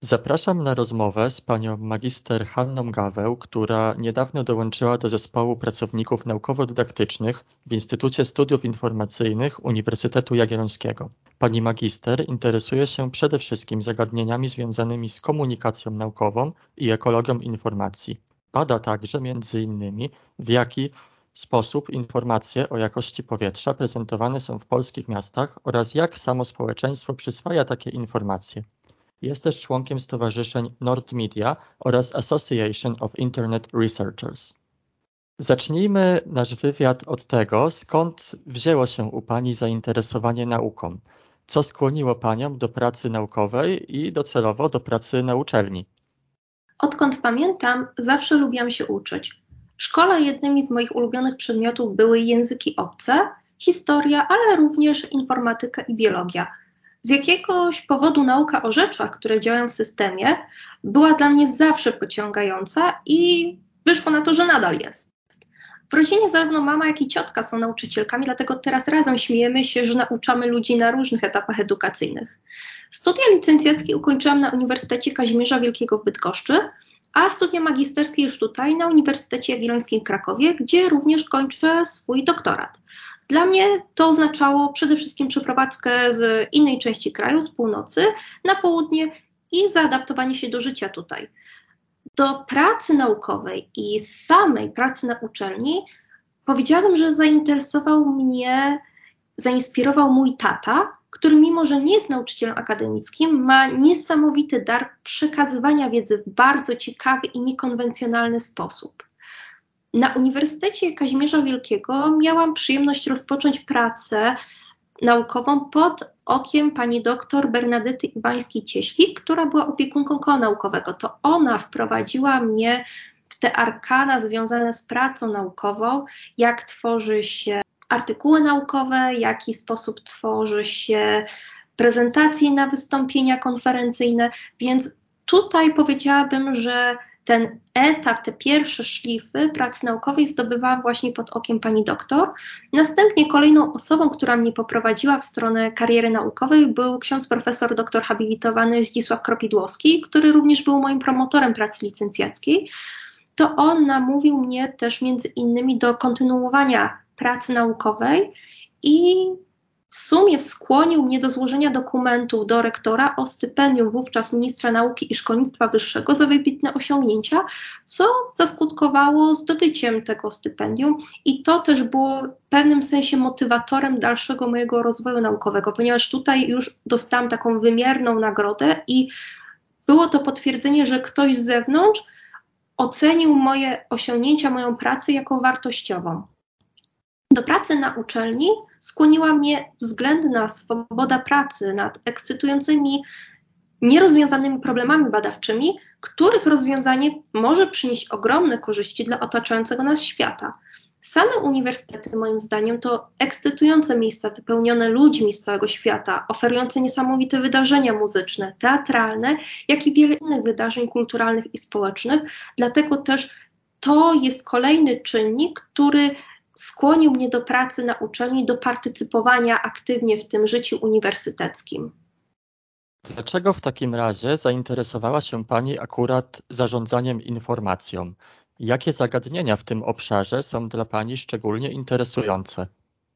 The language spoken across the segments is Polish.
Zapraszam na rozmowę z panią magister Hanną Gaweł, która niedawno dołączyła do zespołu pracowników naukowo-dydaktycznych w Instytucie Studiów Informacyjnych Uniwersytetu Jagiellońskiego. Pani magister interesuje się przede wszystkim zagadnieniami związanymi z komunikacją naukową i ekologią informacji. Bada także m.in. w jaki sposób informacje o jakości powietrza prezentowane są w polskich miastach oraz jak samo społeczeństwo przyswaja takie informacje. Jest też członkiem stowarzyszeń Nord Media oraz Association of Internet Researchers. Zacznijmy nasz wywiad od tego, skąd wzięło się u Pani zainteresowanie nauką. Co skłoniło Panią do pracy naukowej i docelowo do pracy na uczelni? Odkąd pamiętam, zawsze lubiłam się uczyć. W szkole jednymi z moich ulubionych przedmiotów były języki obce, historia, ale również informatyka i biologia. Z jakiegoś powodu nauka o rzeczach, które działają w systemie, była dla mnie zawsze pociągająca i wyszło na to, że nadal jest. W rodzinie zarówno mama, jak i ciotka są nauczycielkami, dlatego teraz razem śmiejemy się, że nauczamy ludzi na różnych etapach edukacyjnych. Studia licencjackie ukończyłam na Uniwersytecie Kazimierza Wielkiego w Bydgoszczy, a studia magisterskie już tutaj na Uniwersytecie Jagiellońskim w Krakowie, gdzie również kończę swój doktorat. Dla mnie to oznaczało przede wszystkim przeprowadzkę z innej części kraju, z północy, na południe i zaadaptowanie się do życia tutaj. Do pracy naukowej i samej pracy na uczelni powiedziałabym, że zainspirował mój tata, który mimo, że nie jest nauczycielem akademickim, ma niesamowity dar przekazywania wiedzy w bardzo ciekawy i niekonwencjonalny sposób. Na Uniwersytecie Kazimierza Wielkiego miałam przyjemność rozpocząć pracę naukową pod okiem pani doktor Bernadety Iwańskiej-Cieślik, która była opiekunką koła naukowego. To ona wprowadziła mnie w te arkana związane z pracą naukową, jak tworzy się artykuły naukowe, w jaki sposób tworzy się prezentacje na wystąpienia konferencyjne, więc tutaj powiedziałabym, że ten etap, te pierwsze szlify pracy naukowej zdobywałam właśnie pod okiem pani doktor. Następnie kolejną osobą, która mnie poprowadziła w stronę kariery naukowej, był ksiądz profesor doktor habilitowany Zdzisław Kropidłowski, który również był moim promotorem pracy licencjackiej. To on namówił mnie też między innymi do kontynuowania pracy naukowej i w sumie skłonił mnie do złożenia dokumentów do rektora o stypendium wówczas ministra nauki i szkolnictwa wyższego za wybitne osiągnięcia, co zaskutkowało zdobyciem tego stypendium i to też było w pewnym sensie motywatorem dalszego mojego rozwoju naukowego, ponieważ tutaj już dostałam taką wymierną nagrodę i było to potwierdzenie, że ktoś z zewnątrz ocenił moje osiągnięcia, moją pracę jako wartościową. Do pracy na uczelni skłoniła mnie względna swoboda pracy nad ekscytującymi, nierozwiązanymi problemami badawczymi, których rozwiązanie może przynieść ogromne korzyści dla otaczającego nas świata. Same uniwersytety, moim zdaniem, to ekscytujące miejsca wypełnione ludźmi z całego świata, oferujące niesamowite wydarzenia muzyczne, teatralne, jak i wiele innych wydarzeń kulturalnych i społecznych. Dlatego też to jest kolejny czynnik, który skłonił mnie do pracy na uczelni, do partycypowania aktywnie w tym życiu uniwersyteckim. Dlaczego w takim razie zainteresowała się Pani akurat zarządzaniem informacją? Jakie zagadnienia w tym obszarze są dla Pani szczególnie interesujące?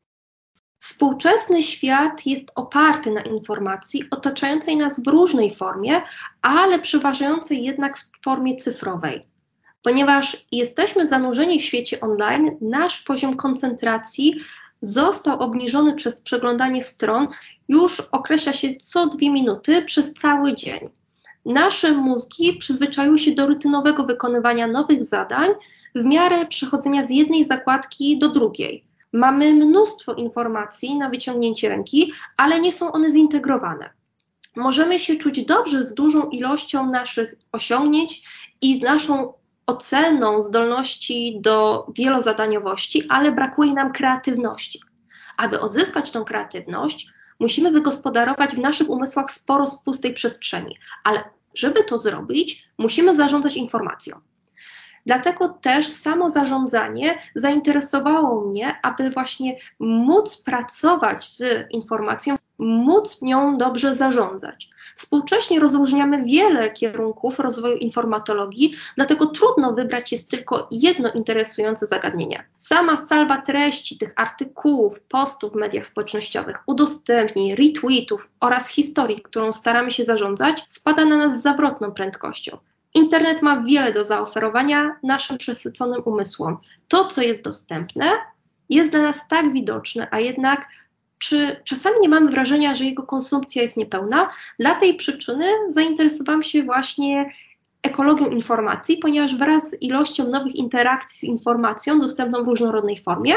Współczesny świat jest oparty na informacji otaczającej nas w różnej formie, ale przeważającej jednak w formie cyfrowej. Ponieważ jesteśmy zanurzeni w świecie online, nasz poziom koncentracji został obniżony przez przeglądanie stron, już określa się co 2 minuty przez cały dzień. Nasze mózgi przyzwyczaiły się do rutynowego wykonywania nowych zadań w miarę przechodzenia z jednej zakładki do drugiej. Mamy mnóstwo informacji na wyciągnięcie ręki, ale nie są one zintegrowane. Możemy się czuć dobrze z dużą ilością naszych osiągnięć i z naszą oceną zdolności do wielozadaniowości, ale brakuje nam kreatywności. Aby odzyskać tą kreatywność, musimy wygospodarować w naszych umysłach sporo z pustej przestrzeni, ale żeby to zrobić, musimy zarządzać informacją. Dlatego też samo zarządzanie zainteresowało mnie, aby właśnie móc pracować z informacją móc nią dobrze zarządzać. Współcześnie rozróżniamy wiele kierunków rozwoju informatologii, dlatego trudno wybrać jest tylko jedno interesujące zagadnienie. Sama salwa treści tych artykułów, postów w mediach społecznościowych, udostępnień, retweetów oraz historii, którą staramy się zarządzać, spada na nas z zawrotną prędkością. Internet ma wiele do zaoferowania naszym przesyconym umysłom. To, co jest dostępne, jest dla nas tak widoczne, a jednak czy czasami nie mamy wrażenia, że jego konsumpcja jest niepełna? Dla tej przyczyny zainteresowałam się właśnie ekologią informacji, ponieważ wraz z ilością nowych interakcji z informacją dostępną w różnorodnej formie,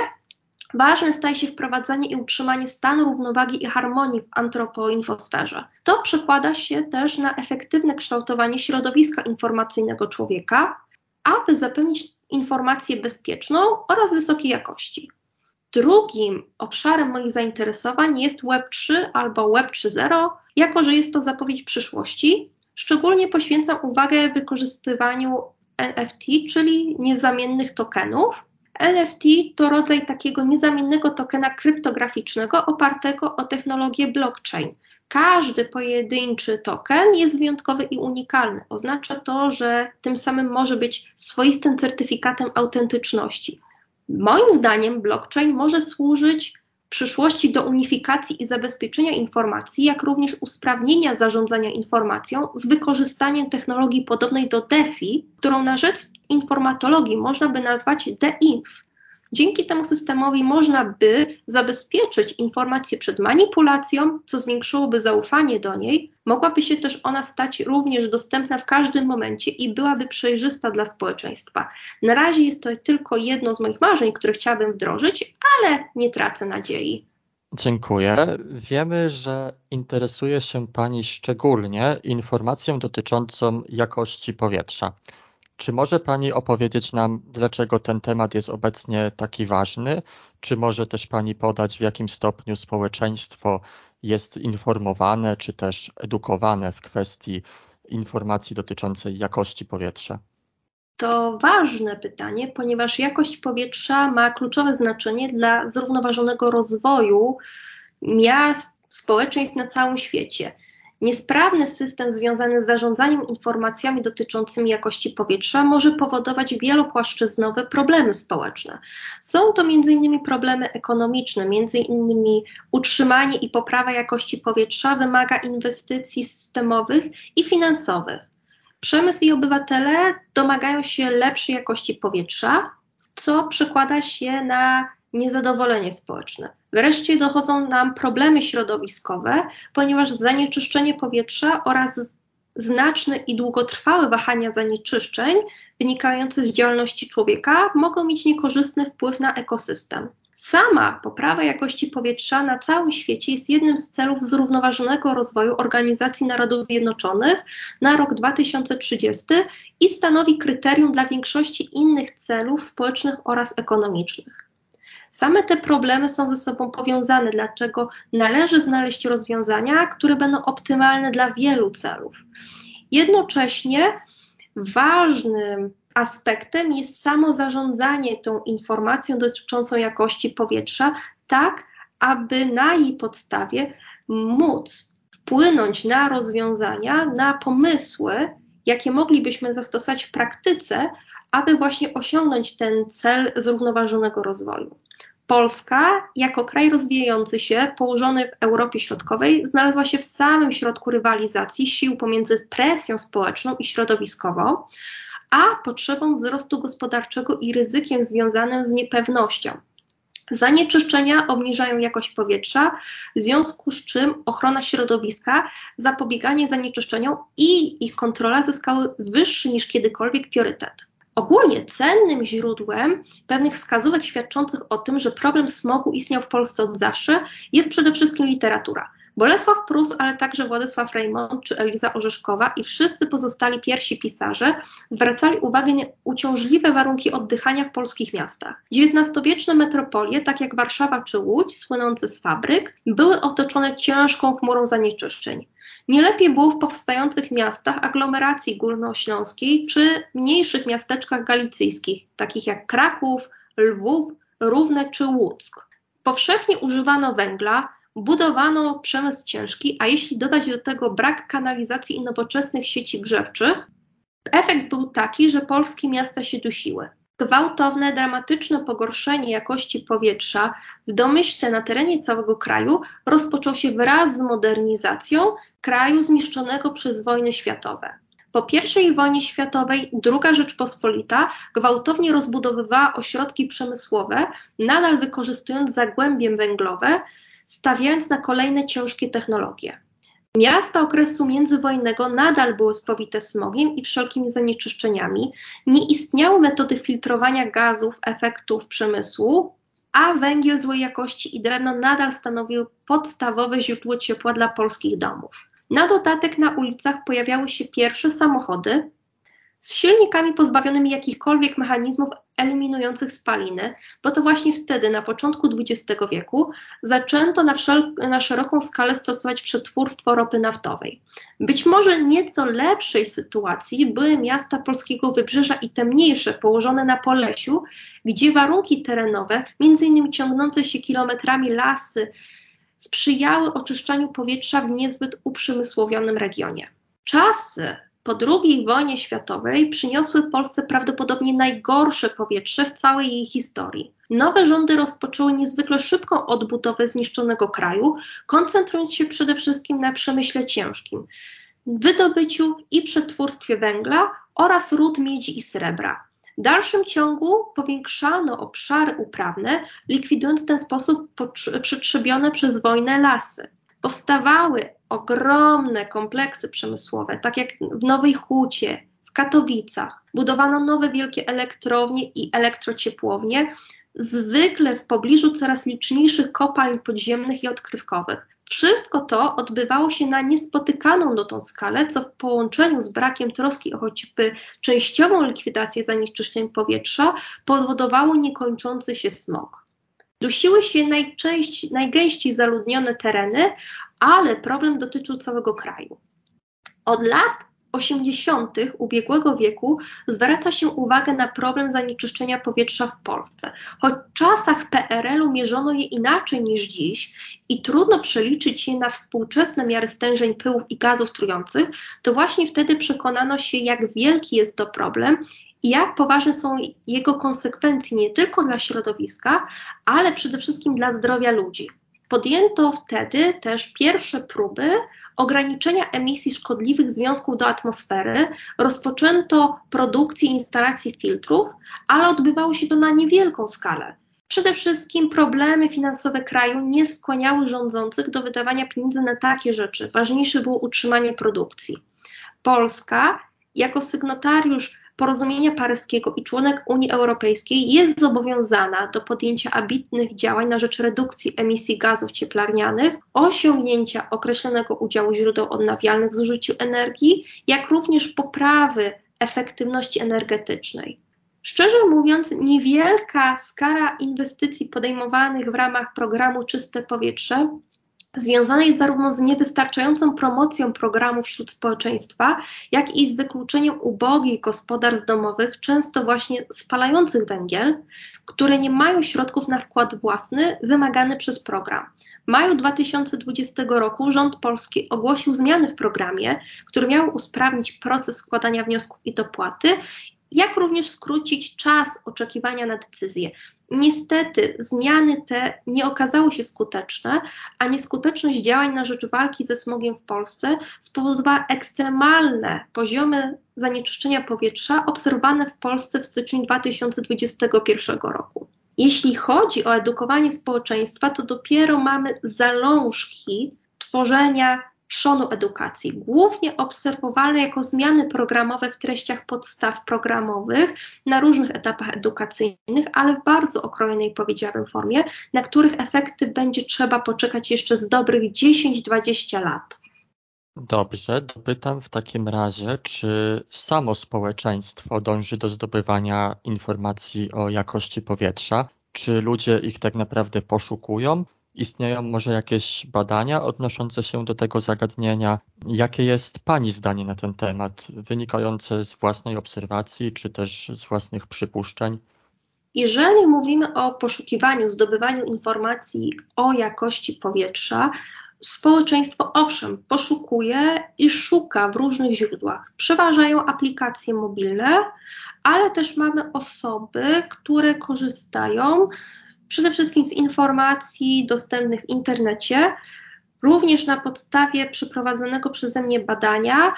ważne staje się wprowadzanie i utrzymanie stanu równowagi i harmonii w antropoinfosferze. To przekłada się też na efektywne kształtowanie środowiska informacyjnego człowieka, aby zapewnić informację bezpieczną oraz wysokiej jakości. Drugim obszarem moich zainteresowań jest Web3 albo Web 3.0, jako że jest to zapowiedź przyszłości. Szczególnie poświęcam uwagę wykorzystywaniu NFT, czyli niezamiennych tokenów. NFT to rodzaj takiego niezamiennego tokena kryptograficznego opartego o technologię blockchain. Każdy pojedynczy token jest wyjątkowy i unikalny. Oznacza to, że tym samym może być swoistym certyfikatem autentyczności. Moim zdaniem blockchain może służyć w przyszłości do unifikacji i zabezpieczenia informacji, jak również usprawnienia zarządzania informacją z wykorzystaniem technologii podobnej do DeFi, którą na rzecz informatologii można by nazwać DeInf. Dzięki temu systemowi można by zabezpieczyć informację przed manipulacją, co zwiększyłoby zaufanie do niej. Mogłaby się też ona stać również dostępna w każdym momencie i byłaby przejrzysta dla społeczeństwa. Na razie jest to tylko jedno z moich marzeń, które chciałabym wdrożyć, ale nie tracę nadziei. Dziękuję. Wiemy, że interesuje się Pani szczególnie informacją dotyczącą jakości powietrza. Czy może Pani opowiedzieć nam, dlaczego ten temat jest obecnie taki ważny? Czy może też Pani podać, w jakim stopniu społeczeństwo jest informowane, czy też edukowane w kwestii informacji dotyczącej jakości powietrza? To ważne pytanie, ponieważ jakość powietrza ma kluczowe znaczenie dla zrównoważonego rozwoju miast, społeczeństw na całym świecie. Niesprawny system związany z zarządzaniem informacjami dotyczącymi jakości powietrza może powodować wielopłaszczyznowe problemy społeczne. Są to m.in. problemy ekonomiczne, m.in. utrzymanie i poprawa jakości powietrza wymaga inwestycji systemowych i finansowych. Przemysł i obywatele domagają się lepszej jakości powietrza, co przekłada się na niezadowolenie społeczne. Wreszcie dochodzą nam problemy środowiskowe, ponieważ zanieczyszczenie powietrza oraz znaczne i długotrwałe wahania zanieczyszczeń wynikające z działalności człowieka mogą mieć niekorzystny wpływ na ekosystem. Sama poprawa jakości powietrza na całym świecie jest jednym z celów zrównoważonego rozwoju Organizacji Narodów Zjednoczonych na rok 2030 i stanowi kryterium dla większości innych celów społecznych oraz ekonomicznych. Same te problemy są ze sobą powiązane, dlaczego należy znaleźć rozwiązania, które będą optymalne dla wielu celów. Jednocześnie ważnym aspektem jest samo zarządzanie tą informacją dotyczącą jakości powietrza, tak aby na jej podstawie móc wpłynąć na rozwiązania, na pomysły, jakie moglibyśmy zastosować w praktyce, aby właśnie osiągnąć ten cel zrównoważonego rozwoju. Polska, jako kraj rozwijający się, położony w Europie Środkowej, znalazła się w samym środku rywalizacji sił pomiędzy presją społeczną i środowiskową, a potrzebą wzrostu gospodarczego i ryzykiem związanym z niepewnością. Zanieczyszczenia obniżają jakość powietrza, w związku z czym ochrona środowiska, zapobieganie zanieczyszczeniom i ich kontrola zyskały wyższy niż kiedykolwiek priorytet. Ogólnie cennym źródłem pewnych wskazówek świadczących o tym, że problem smogu istniał w Polsce od zawsze, jest przede wszystkim literatura. Bolesław Prus, ale także Władysław Reymont czy Eliza Orzeszkowa i wszyscy pozostali pierwsi pisarze zwracali uwagę na uciążliwe warunki oddychania w polskich miastach. XIX-wieczne metropolie, tak jak Warszawa czy Łódź, słynące z fabryk, były otoczone ciężką chmurą zanieczyszczeń. Nie lepiej było w powstających miastach aglomeracji górnośląskiej czy mniejszych miasteczkach galicyjskich, takich jak Kraków, Lwów, Równe czy Łuck. Powszechnie używano węgla, budowano przemysł ciężki, a jeśli dodać do tego brak kanalizacji i nowoczesnych sieci grzewczych, efekt był taki, że polskie miasta się dusiły. Gwałtowne, dramatyczne pogorszenie jakości powietrza w domyśle na terenie całego kraju rozpoczął się wraz z modernizacją kraju zniszczonego przez wojny światowe. Po I wojnie światowej II Rzeczpospolita gwałtownie rozbudowywała ośrodki przemysłowe, nadal wykorzystując zagłębie węglowe, stawiając na kolejne ciężkie technologie. Miasta okresu międzywojennego nadal były spowite smogiem i wszelkimi zanieczyszczeniami, nie istniały metody filtrowania gazów, efektów przemysłu, a węgiel złej jakości i drewno nadal stanowiły podstawowe źródło ciepła dla polskich domów. Na dodatek na ulicach pojawiały się pierwsze samochody z silnikami pozbawionymi jakichkolwiek mechanizmów eliminujących spaliny, bo to właśnie wtedy, na początku XX wieku, zaczęto na szeroką skalę stosować przetwórstwo ropy naftowej. Być może nieco lepszej sytuacji były miasta polskiego wybrzeża i te mniejsze, położone na Polesiu, gdzie warunki terenowe, m.in. ciągnące się kilometrami lasy, sprzyjały oczyszczaniu powietrza w niezbyt uprzemysłowionym regionie. Czasy po II wojnie światowej przyniosły Polsce prawdopodobnie najgorsze powietrze w całej jej historii. Nowe rządy rozpoczęły niezwykle szybką odbudowę zniszczonego kraju, koncentrując się przede wszystkim na przemyśle ciężkim, wydobyciu i przetwórstwie węgla oraz ród miedzi i srebra. W dalszym ciągu powiększano obszary uprawne, likwidując w ten sposób przetrzebione przez wojnę lasy. Powstawały ogromne kompleksy przemysłowe, tak jak w Nowej Hucie, w Katowicach. Budowano nowe wielkie elektrownie i elektrociepłownie, zwykle w pobliżu coraz liczniejszych kopalń podziemnych i odkrywkowych. Wszystko to odbywało się na niespotykaną dotąd skalę, co w połączeniu z brakiem troski o choćby częściową likwidację zanieczyszczeń powietrza powodowało niekończący się smog. Dusiły się najgęściej zaludnione tereny, ale problem dotyczył całego kraju. Od lat 80. ubiegłego wieku zwraca się uwagę na problem zanieczyszczenia powietrza w Polsce. Choć w czasach PRL-u mierzono je inaczej niż dziś i trudno przeliczyć je na współczesne miary stężeń pyłów i gazów trujących, to właśnie wtedy przekonano się, jak wielki jest to problem i jak poważne są jego konsekwencje nie tylko dla środowiska, ale przede wszystkim dla zdrowia ludzi. Podjęto wtedy też pierwsze próby ograniczenia emisji szkodliwych związków do atmosfery, rozpoczęto produkcję instalacji filtrów, ale odbywało się to na niewielką skalę. Przede wszystkim problemy finansowe kraju nie skłaniały rządzących do wydawania pieniędzy na takie rzeczy. Ważniejsze było utrzymanie produkcji. Polska, jako sygnatariusz Porozumienia Paryskiego i członek Unii Europejskiej, jest zobowiązana do podjęcia ambitnych działań na rzecz redukcji emisji gazów cieplarnianych, osiągnięcia określonego udziału źródeł odnawialnych w zużyciu energii, jak również poprawy efektywności energetycznej. Szczerze mówiąc, niewielka skala inwestycji podejmowanych w ramach programu Czyste Powietrze związanej zarówno z niewystarczającą promocją programu wśród społeczeństwa, jak i z wykluczeniem ubogich gospodarstw domowych, często właśnie spalających węgiel, które nie mają środków na wkład własny wymagany przez program. W maju 2020 roku rząd polski ogłosił zmiany w programie, które miały usprawnić proces składania wniosków i dopłaty, jak również skrócić czas oczekiwania na decyzję. Niestety zmiany te nie okazały się skuteczne, a nieskuteczność działań na rzecz walki ze smogiem w Polsce spowodowała ekstremalne poziomy zanieczyszczenia powietrza obserwowane w Polsce w styczniu 2021 roku. Jeśli chodzi o edukowanie społeczeństwa, to dopiero mamy zalążki tworzenia trzonu edukacji, głównie obserwowane jako zmiany programowe w treściach podstaw programowych na różnych etapach edukacyjnych, ale w bardzo okrojonej, powiedziałabym, formie, na których efekty będzie trzeba poczekać jeszcze z dobrych 10-20 lat. Dobrze, dopytam w takim razie, czy samo społeczeństwo dąży do zdobywania informacji o jakości powietrza? Czy ludzie ich tak naprawdę poszukują? Istnieją może jakieś badania odnoszące się do tego zagadnienia? Jakie jest Pani zdanie na ten temat, wynikające z własnej obserwacji, czy też z własnych przypuszczeń? Jeżeli mówimy o poszukiwaniu, zdobywaniu informacji o jakości powietrza, społeczeństwo owszem poszukuje i szuka w różnych źródłach. Przeważają aplikacje mobilne, ale też mamy osoby, które korzystają przede wszystkim z informacji dostępnych w internecie. Również na podstawie przeprowadzonego przeze mnie badania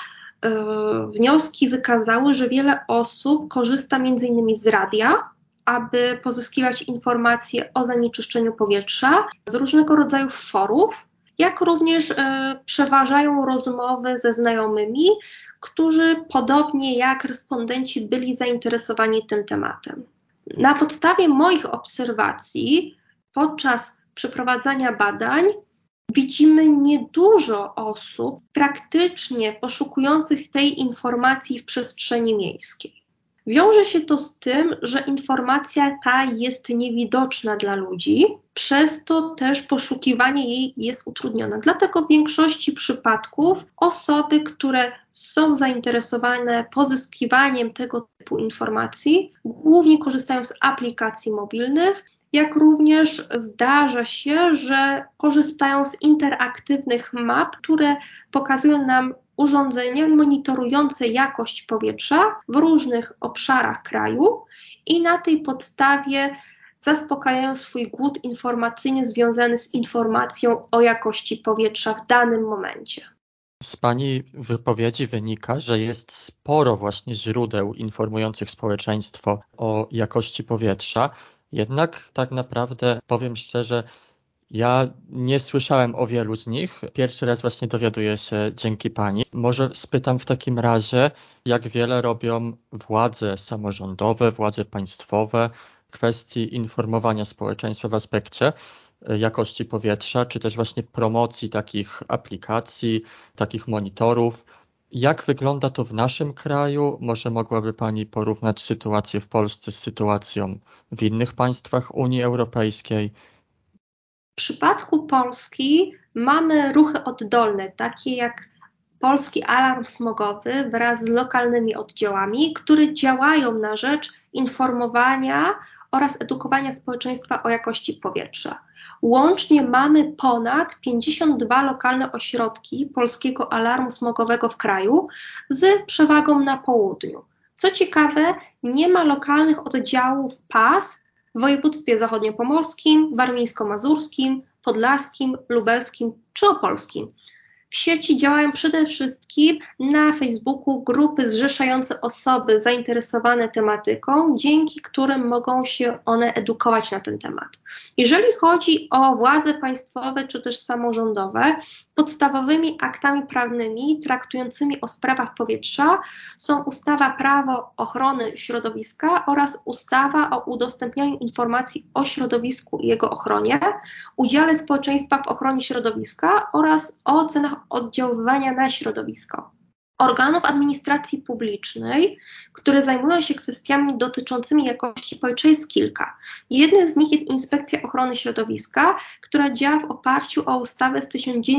wnioski wykazały, że wiele osób korzysta m.in. z radia, aby pozyskiwać informacje o zanieczyszczeniu powietrza, z różnego rodzaju forów, jak również przeważają rozmowy ze znajomymi, którzy podobnie jak respondenci byli zainteresowani tym tematem. Na podstawie moich obserwacji podczas przeprowadzania badań widzimy niedużo osób praktycznie poszukujących tej informacji w przestrzeni miejskiej. Wiąże się to z tym, że informacja ta jest niewidoczna dla ludzi, przez to też poszukiwanie jej jest utrudnione. Dlatego w większości przypadków osoby, które są zainteresowane pozyskiwaniem tego typu informacji, głównie korzystają z aplikacji mobilnych, jak również zdarza się, że korzystają z interaktywnych map, które pokazują nam urządzenia monitorujące jakość powietrza w różnych obszarach kraju i na tej podstawie zaspokajają swój głód informacyjny związany z informacją o jakości powietrza w danym momencie. Z Pani wypowiedzi wynika, że jest sporo właśnie źródeł informujących społeczeństwo o jakości powietrza, jednak tak naprawdę powiem szczerze, ja nie słyszałem o wielu z nich. Pierwszy raz właśnie dowiaduję się dzięki Pani. Może spytam w takim razie, jak wiele robią władze samorządowe, władze państwowe w kwestii informowania społeczeństwa w aspekcie jakości powietrza, czy też właśnie promocji takich aplikacji, takich monitorów. Jak wygląda to w naszym kraju? Może mogłaby Pani porównać sytuację w Polsce z sytuacją w innych państwach Unii Europejskiej? W przypadku Polski mamy ruchy oddolne, takie jak Polski Alarm Smogowy wraz z lokalnymi oddziałami, które działają na rzecz informowania oraz edukowania społeczeństwa o jakości powietrza. Łącznie mamy ponad 52 lokalne ośrodki Polskiego Alarmu Smogowego w kraju z przewagą na południu. Co ciekawe, nie ma lokalnych oddziałów PAS w województwie zachodniopomorskim, warmińsko-mazurskim, podlaskim, lubelskim czy opolskim. W sieci działają przede wszystkim na Facebooku grupy zrzeszające osoby zainteresowane tematyką, dzięki którym mogą się one edukować na ten temat. Jeżeli chodzi o władze państwowe czy też samorządowe, podstawowymi aktami prawnymi traktującymi o sprawach powietrza są ustawa Prawo ochrony środowiska oraz ustawa o udostępnianiu informacji o środowisku i jego ochronie, udziale społeczeństwa w ochronie środowiska oraz o ocenach oddziaływania na środowisko. Organów administracji publicznej, które zajmują się kwestiami dotyczącymi jakości powietrza, jest kilka. Jednym z nich jest Inspekcja Ochrony Środowiska, która działa w oparciu o ustawę z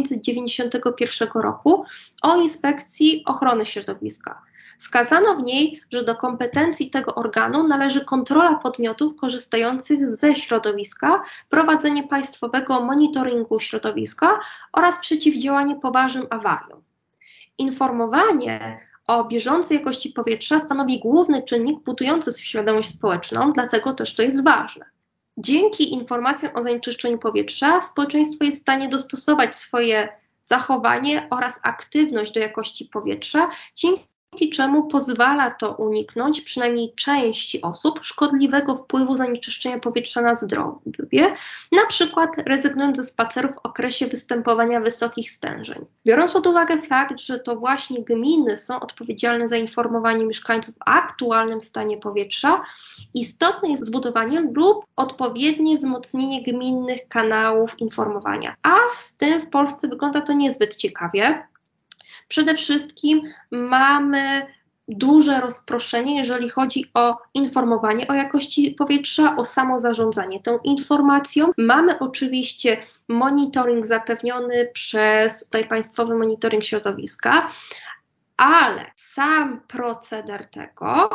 1991 roku o Inspekcji Ochrony Środowiska. Wskazano w niej, że do kompetencji tego organu należy kontrola podmiotów korzystających ze środowiska, prowadzenie państwowego monitoringu środowiska oraz przeciwdziałanie poważnym awariom. Informowanie o bieżącej jakości powietrza stanowi główny czynnik budujący świadomość społeczną, dlatego też to jest ważne. Dzięki informacjom o zanieczyszczeniu powietrza społeczeństwo jest w stanie dostosować swoje zachowanie oraz aktywność do jakości powietrza, dzięki czemu pozwala to uniknąć przynajmniej części osób szkodliwego wpływu zanieczyszczenia powietrza na zdrowie, na przykład rezygnując ze spacerów w okresie występowania wysokich stężeń. Biorąc pod uwagę fakt, że to właśnie gminy są odpowiedzialne za informowanie mieszkańców o aktualnym stanie powietrza, istotne jest zbudowanie lub odpowiednie wzmocnienie gminnych kanałów informowania. A z tym w Polsce wygląda to niezbyt ciekawie. Przede wszystkim mamy duże rozproszenie, jeżeli chodzi o informowanie o jakości powietrza, o samo zarządzanie tą informacją. Mamy oczywiście monitoring zapewniony przez Państwowy Monitoring Środowiska, ale sam proceder tego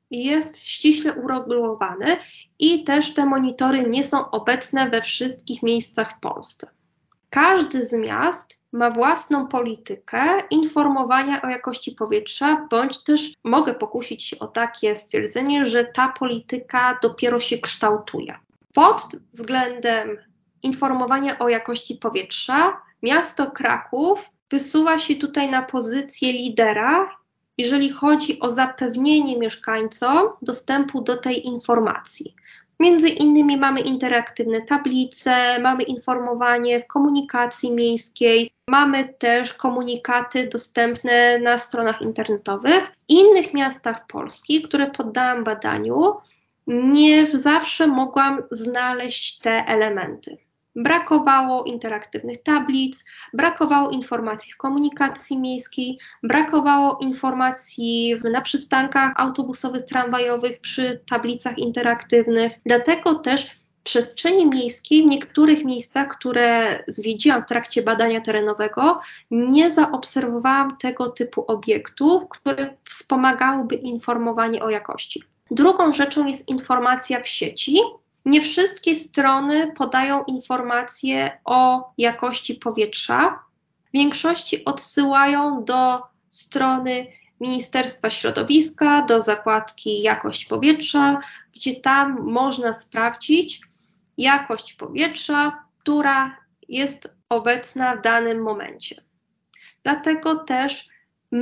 jest ściśle uregulowany i też te monitory nie są obecne we wszystkich miejscach w Polsce. Każdy z miast ma własną politykę informowania o jakości powietrza, bądź też mogę pokusić się o takie stwierdzenie, że ta polityka dopiero się kształtuje. Pod względem informowania o jakości powietrza miasto Kraków wysuwa się tutaj na pozycję lidera, jeżeli chodzi o zapewnienie mieszkańcom dostępu do tej informacji. Między innymi mamy interaktywne tablice, mamy informowanie w komunikacji miejskiej, mamy też komunikaty dostępne na stronach internetowych. W innych miastach Polski, które poddałam badaniu, nie zawsze mogłam znaleźć te elementy. Brakowało interaktywnych tablic, brakowało informacji w komunikacji miejskiej, brakowało informacji na przystankach autobusowych, tramwajowych przy tablicach interaktywnych. Dlatego też w przestrzeni miejskiej w niektórych miejscach, które zwiedziłam w trakcie badania terenowego, nie zaobserwowałam tego typu obiektów, które wspomagałyby informowanie o jakości. Drugą rzeczą jest informacja w sieci. Nie wszystkie strony podają informacje o jakości powietrza. W większości odsyłają do strony Ministerstwa Środowiska, do zakładki Jakość Powietrza, gdzie tam można sprawdzić jakość powietrza, która jest obecna w danym momencie. Dlatego też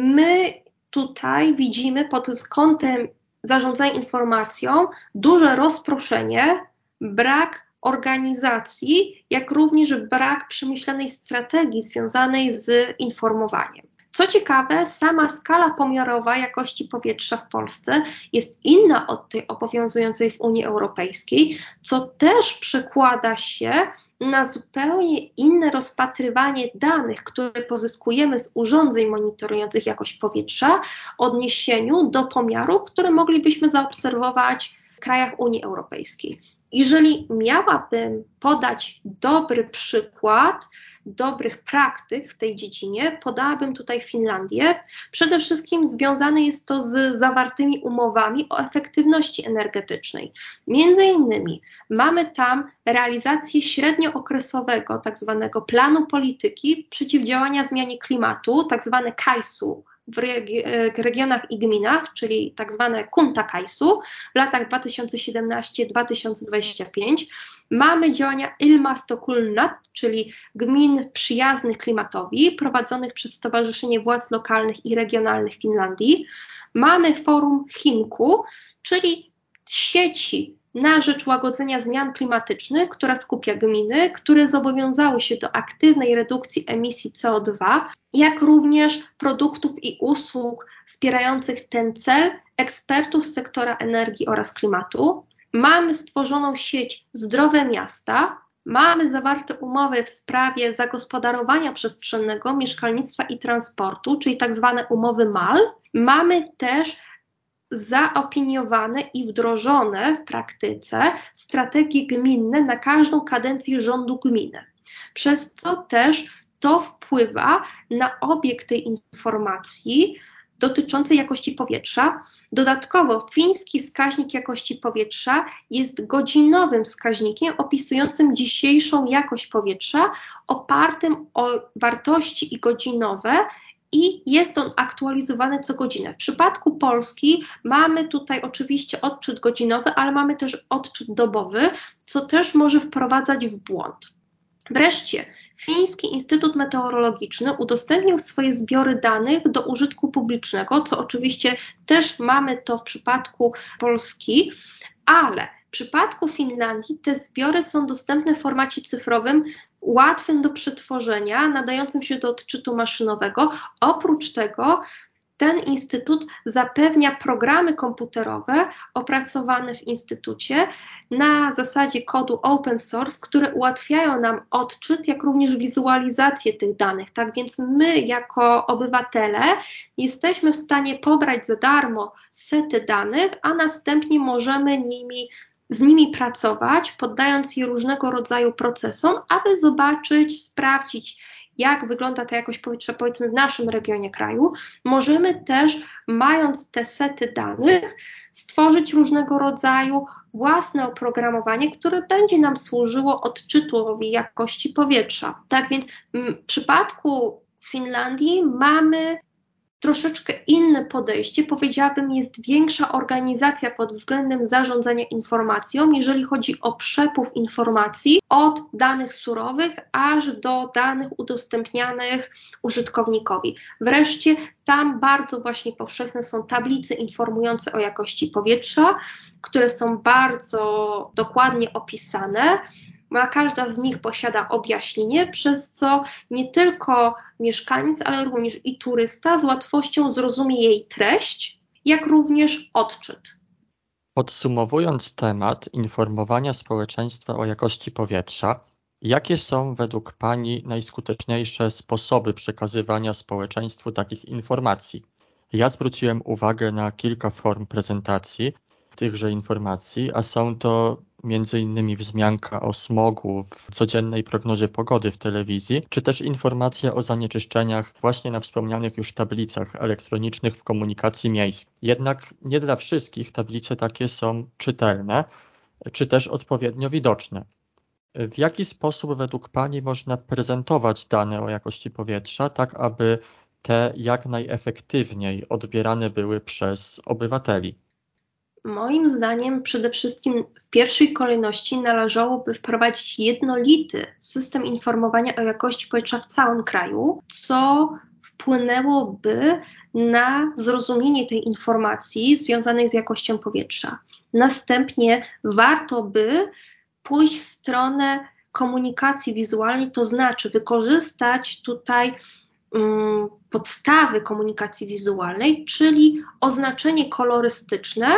my tutaj widzimy pod kątem zarządzania informacją duże rozproszenie, brak organizacji, jak również brak przemyślanej strategii związanej z informowaniem. Co ciekawe, sama skala pomiarowa jakości powietrza w Polsce jest inna od tej obowiązującej w Unii Europejskiej, co też przekłada się na zupełnie inne rozpatrywanie danych, które pozyskujemy z urządzeń monitorujących jakość powietrza w odniesieniu do pomiarów, które moglibyśmy zaobserwować w krajach Unii Europejskiej. Jeżeli miałabym podać dobry przykład dobrych praktyk w tej dziedzinie, podałabym tutaj Finlandię. Przede wszystkim związane jest to z zawartymi umowami o efektywności energetycznej. Między innymi mamy tam realizację średniookresowego tzw. planu polityki przeciwdziałania zmianie klimatu, tzw. KAIS-u, w regionach i gminach, czyli tak zwane Kunta KAIS-u w latach 2017-2025. Mamy działania Ilmastokunnat, czyli gmin przyjaznych klimatowi, prowadzonych przez Stowarzyszenie Władz Lokalnych i Regionalnych Finlandii. Mamy Forum Hinku, czyli sieci na rzecz łagodzenia zmian klimatycznych, która skupia gminy, które zobowiązały się do aktywnej redukcji emisji CO2, jak również produktów i usług wspierających ten cel ekspertów z sektora energii oraz klimatu. Mamy stworzoną sieć Zdrowe Miasta, mamy zawarte umowy w sprawie zagospodarowania przestrzennego, mieszkalnictwa i transportu, czyli tak zwane umowy MAL. Mamy też zaopiniowane i wdrożone w praktyce strategie gminne na każdą kadencję rządu gminy, przez co też to wpływa na obieg tej informacji dotyczącej jakości powietrza. Dodatkowo fiński wskaźnik jakości powietrza jest godzinowym wskaźnikiem opisującym dzisiejszą jakość powietrza, opartym o wartości i godzinowe, i jest on aktualizowany co godzinę. W przypadku Polski mamy tutaj oczywiście odczyt godzinowy, ale mamy też odczyt dobowy, co też może wprowadzać w błąd. Wreszcie Fiński Instytut Meteorologiczny udostępnił swoje zbiory danych do użytku publicznego, co oczywiście też mamy to w przypadku Polski, ale w przypadku Finlandii te zbiory są dostępne w formacie cyfrowym, łatwym do przetworzenia, nadającym się do odczytu maszynowego. Oprócz tego ten instytut zapewnia programy komputerowe opracowane w instytucie na zasadzie kodu open source, które ułatwiają nam odczyt, jak również wizualizację tych danych. Tak więc my jako obywatele jesteśmy w stanie pobrać za darmo sety danych, a następnie możemy z nimi pracować, poddając je różnego rodzaju procesom, aby zobaczyć, sprawdzić, jak wygląda ta jakość powietrza, powiedzmy w naszym regionie kraju, możemy też, mając te sety danych, stworzyć różnego rodzaju własne oprogramowanie, które będzie nam służyło odczytowi jakości powietrza. Tak więc w przypadku Finlandii mamy troszeczkę inne podejście, powiedziałabym, jest większa organizacja pod względem zarządzania informacją, jeżeli chodzi o przepływ informacji od danych surowych aż do danych udostępnianych użytkownikowi. Wreszcie tam bardzo właśnie powszechne są tablice informujące o jakości powietrza, które są bardzo dokładnie opisane. Każda z nich posiada objaśnienie, przez co nie tylko mieszkaniec, ale również i turysta z łatwością zrozumie jej treść, jak również odczyt. Podsumowując temat informowania społeczeństwa o jakości powietrza, jakie są według Pani najskuteczniejsze sposoby przekazywania społeczeństwu takich informacji? Ja zwróciłem uwagę na kilka form prezentacji tychże informacji, a są to m.in. wzmianka o smogu w codziennej prognozie pogody w telewizji, czy też informacja o zanieczyszczeniach właśnie na wspomnianych już tablicach elektronicznych w komunikacji miejskiej. Jednak nie dla wszystkich tablice takie są czytelne, czy też odpowiednio widoczne. W jaki sposób według Pani można prezentować dane o jakości powietrza, tak aby te jak najefektywniej odbierane były przez obywateli? Moim zdaniem przede wszystkim w pierwszej kolejności należałoby wprowadzić jednolity system informowania o jakości powietrza w całym kraju, co wpłynęłoby na zrozumienie tej informacji związanej z jakością powietrza. Następnie warto by pójść w stronę komunikacji wizualnej, to znaczy wykorzystać tutaj podstawy komunikacji wizualnej, czyli oznaczenie kolorystyczne,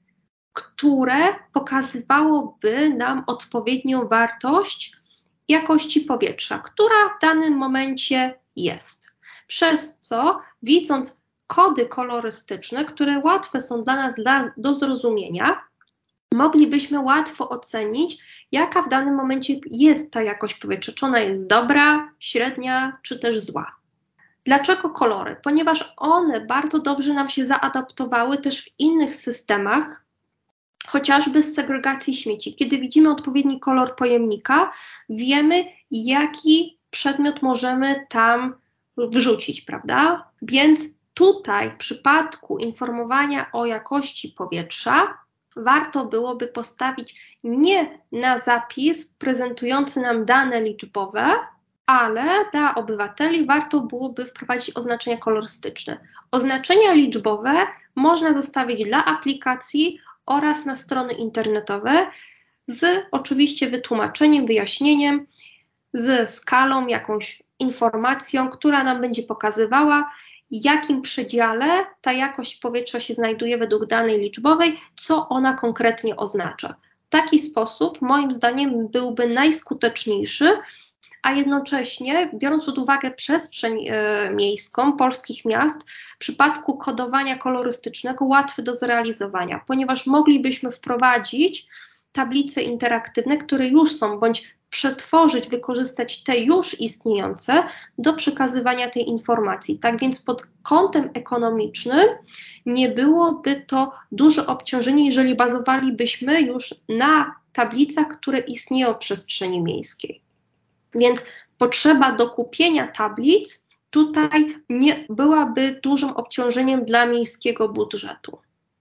które pokazywałoby nam odpowiednią wartość jakości powietrza, która w danym momencie jest. Przez co, widząc kody kolorystyczne, które łatwe są dla nas do zrozumienia, moglibyśmy łatwo ocenić, jaka w danym momencie jest ta jakość powietrza, czy ona jest dobra, średnia, czy też zła. Dlaczego kolory? Ponieważ one bardzo dobrze nam się zaadaptowały też w innych systemach, chociażby z segregacji śmieci. Kiedy widzimy odpowiedni kolor pojemnika, wiemy, jaki przedmiot możemy tam wrzucić, prawda? Więc tutaj w przypadku informowania o jakości powietrza warto byłoby postawić nie na zapis prezentujący nam dane liczbowe, ale dla obywateli warto byłoby wprowadzić oznaczenia kolorystyczne. Oznaczenia liczbowe można zostawić dla aplikacji oraz na strony internetowe z oczywiście wytłumaczeniem, wyjaśnieniem, ze skalą, jakąś informacją, która nam będzie pokazywała, w jakim przedziale ta jakość powietrza się znajduje według danej liczbowej, co ona konkretnie oznacza. Taki sposób moim zdaniem byłby najskuteczniejszy, a jednocześnie, biorąc pod uwagę przestrzeń miejską polskich miast, w przypadku kodowania kolorystycznego łatwy do zrealizowania, ponieważ moglibyśmy wprowadzić tablice interaktywne, które już są, bądź przetworzyć, wykorzystać te już istniejące do przekazywania tej informacji. Tak więc pod kątem ekonomicznym nie byłoby to duże obciążenie, jeżeli bazowalibyśmy już na tablicach, które istnieją w przestrzeni miejskiej. Więc potrzeba dokupienia tablic tutaj nie byłaby dużym obciążeniem dla miejskiego budżetu.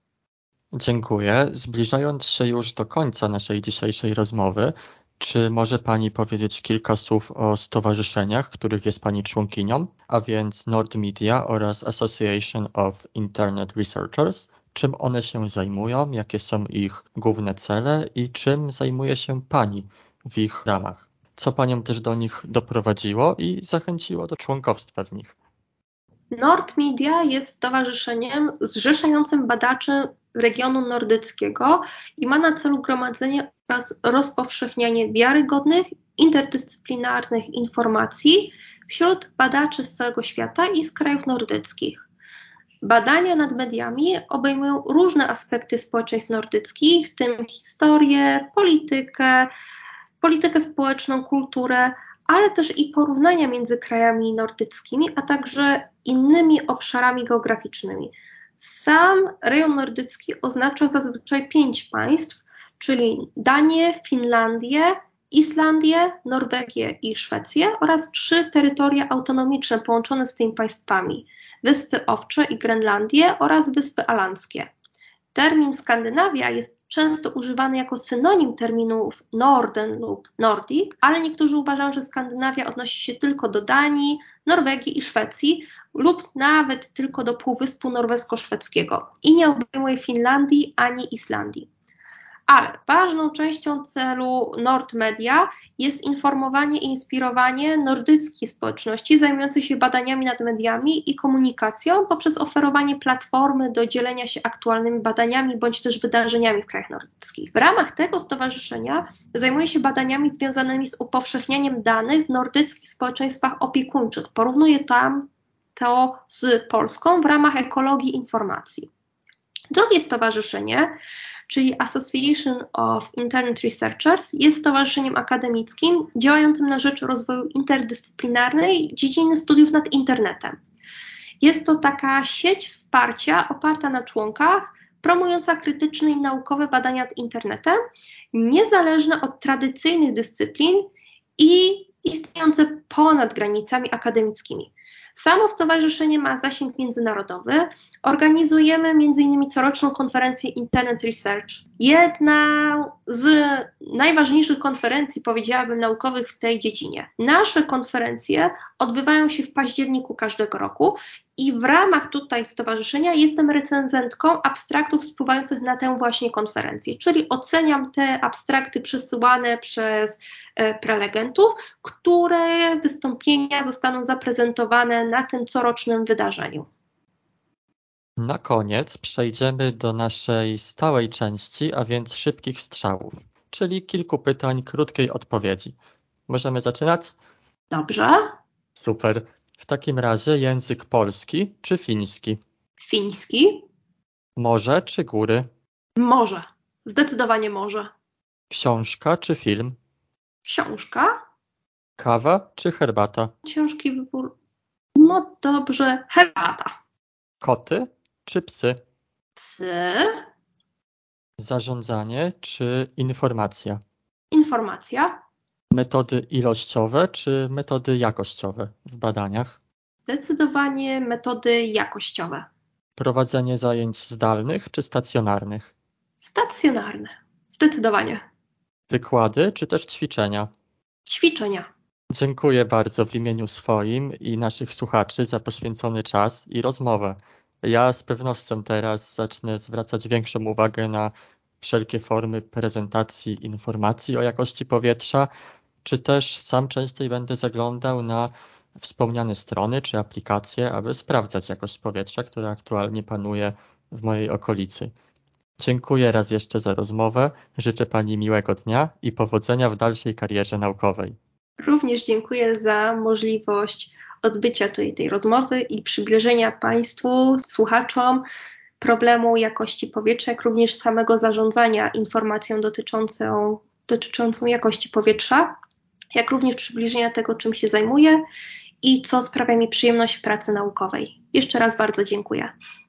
Dziękuję. Zbliżając się już do końca naszej dzisiejszej rozmowy, czy może Pani powiedzieć kilka słów o stowarzyszeniach, których jest Pani członkinią, a więc Nord Media oraz Association of Internet Researchers? Czym one się zajmują, jakie są ich główne cele i czym zajmuje się Pani w ich ramach? Co Panią też do nich doprowadziło i zachęciło do członkostwa w nich? Nord Media jest stowarzyszeniem zrzeszającym badaczy regionu nordyckiego i ma na celu gromadzenie oraz rozpowszechnianie wiarygodnych, interdyscyplinarnych informacji wśród badaczy z całego świata i z krajów nordyckich. Badania nad mediami obejmują różne aspekty społeczeństw nordyckich, w tym historię, politykę społeczną, kulturę, ale też i porównania między krajami nordyckimi, a także innymi obszarami geograficznymi. Sam rejon nordycki oznacza zazwyczaj 5 państw, czyli Danię, Finlandię, Islandię, Norwegię i Szwecję oraz 3 terytoria autonomiczne połączone z tymi państwami: Wyspy Owcze i Grenlandię oraz Wyspy Alandzkie. Termin Skandynawia jest często używany jako synonim terminów Norden lub Nordic, ale niektórzy uważają, że Skandynawia odnosi się tylko do Danii, Norwegii i Szwecji lub nawet tylko do Półwyspu Norwesko-Szwedzkiego i nie obejmuje Finlandii ani Islandii. Ale ważną częścią celu Nordmedia jest informowanie i inspirowanie nordyckich społeczności zajmujących się badaniami nad mediami i komunikacją poprzez oferowanie platformy do dzielenia się aktualnymi badaniami bądź też wydarzeniami w krajach nordyckich. W ramach tego stowarzyszenia zajmuje się badaniami związanymi z upowszechnianiem danych w nordyckich społeczeństwach opiekuńczych. Porównuje tam to z Polską w ramach ekologii informacji. Drugie stowarzyszenie, czyli Association of Internet Researchers, jest stowarzyszeniem akademickim działającym na rzecz rozwoju interdyscyplinarnej dziedziny studiów nad internetem. Jest to taka sieć wsparcia oparta na członkach, promująca krytyczne i naukowe badania nad internetem, niezależne od tradycyjnych dyscyplin i istniejące ponad granicami akademickimi. Samo stowarzyszenie ma zasięg międzynarodowy. Organizujemy m.in. coroczną konferencję Internet Research. Jedna z najważniejszych konferencji, powiedziałabym, naukowych w tej dziedzinie. Nasze konferencje odbywają się w październiku każdego roku i w ramach tutaj stowarzyszenia jestem recenzentką abstraktów spływających na tę właśnie konferencję, czyli oceniam te abstrakty przesyłane przez prelegentów, które wystąpienia zostaną zaprezentowane na tym corocznym wydarzeniu. Na koniec przejdziemy do naszej stałej części, a więc szybkich strzałów, czyli kilku pytań, krótkiej odpowiedzi. Możemy zaczynać? Dobrze. Super. W takim razie język polski czy fiński? Fiński? Morze czy góry? Morze. Zdecydowanie morze. Książka czy film? Książka? Kawa czy herbata? Ciężki wybór. No dobrze, herbata. Koty czy psy? Psy? Zarządzanie czy informacja? Informacja? Metody ilościowe czy metody jakościowe w badaniach? Zdecydowanie metody jakościowe. Prowadzenie zajęć zdalnych czy stacjonarnych? Stacjonarne. Zdecydowanie. Wykłady czy też ćwiczenia? Ćwiczenia. Dziękuję bardzo w imieniu swoim i naszych słuchaczy za poświęcony czas i rozmowę. Ja z pewnością teraz zacznę zwracać większą uwagę na wszelkie formy prezentacji informacji o jakości powietrza, czy też sam częściej będę zaglądał na wspomniane strony czy aplikacje, aby sprawdzać jakość powietrza, która aktualnie panuje w mojej okolicy. Dziękuję raz jeszcze za rozmowę, życzę Pani miłego dnia i powodzenia w dalszej karierze naukowej. Również dziękuję za możliwość odbycia tutaj tej rozmowy i przybliżenia Państwu, słuchaczom problemu jakości powietrza, jak również samego zarządzania informacją dotyczącą jakości powietrza, jak również przybliżenia tego, czym się zajmuję i co sprawia mi przyjemność w pracy naukowej. Jeszcze raz bardzo dziękuję.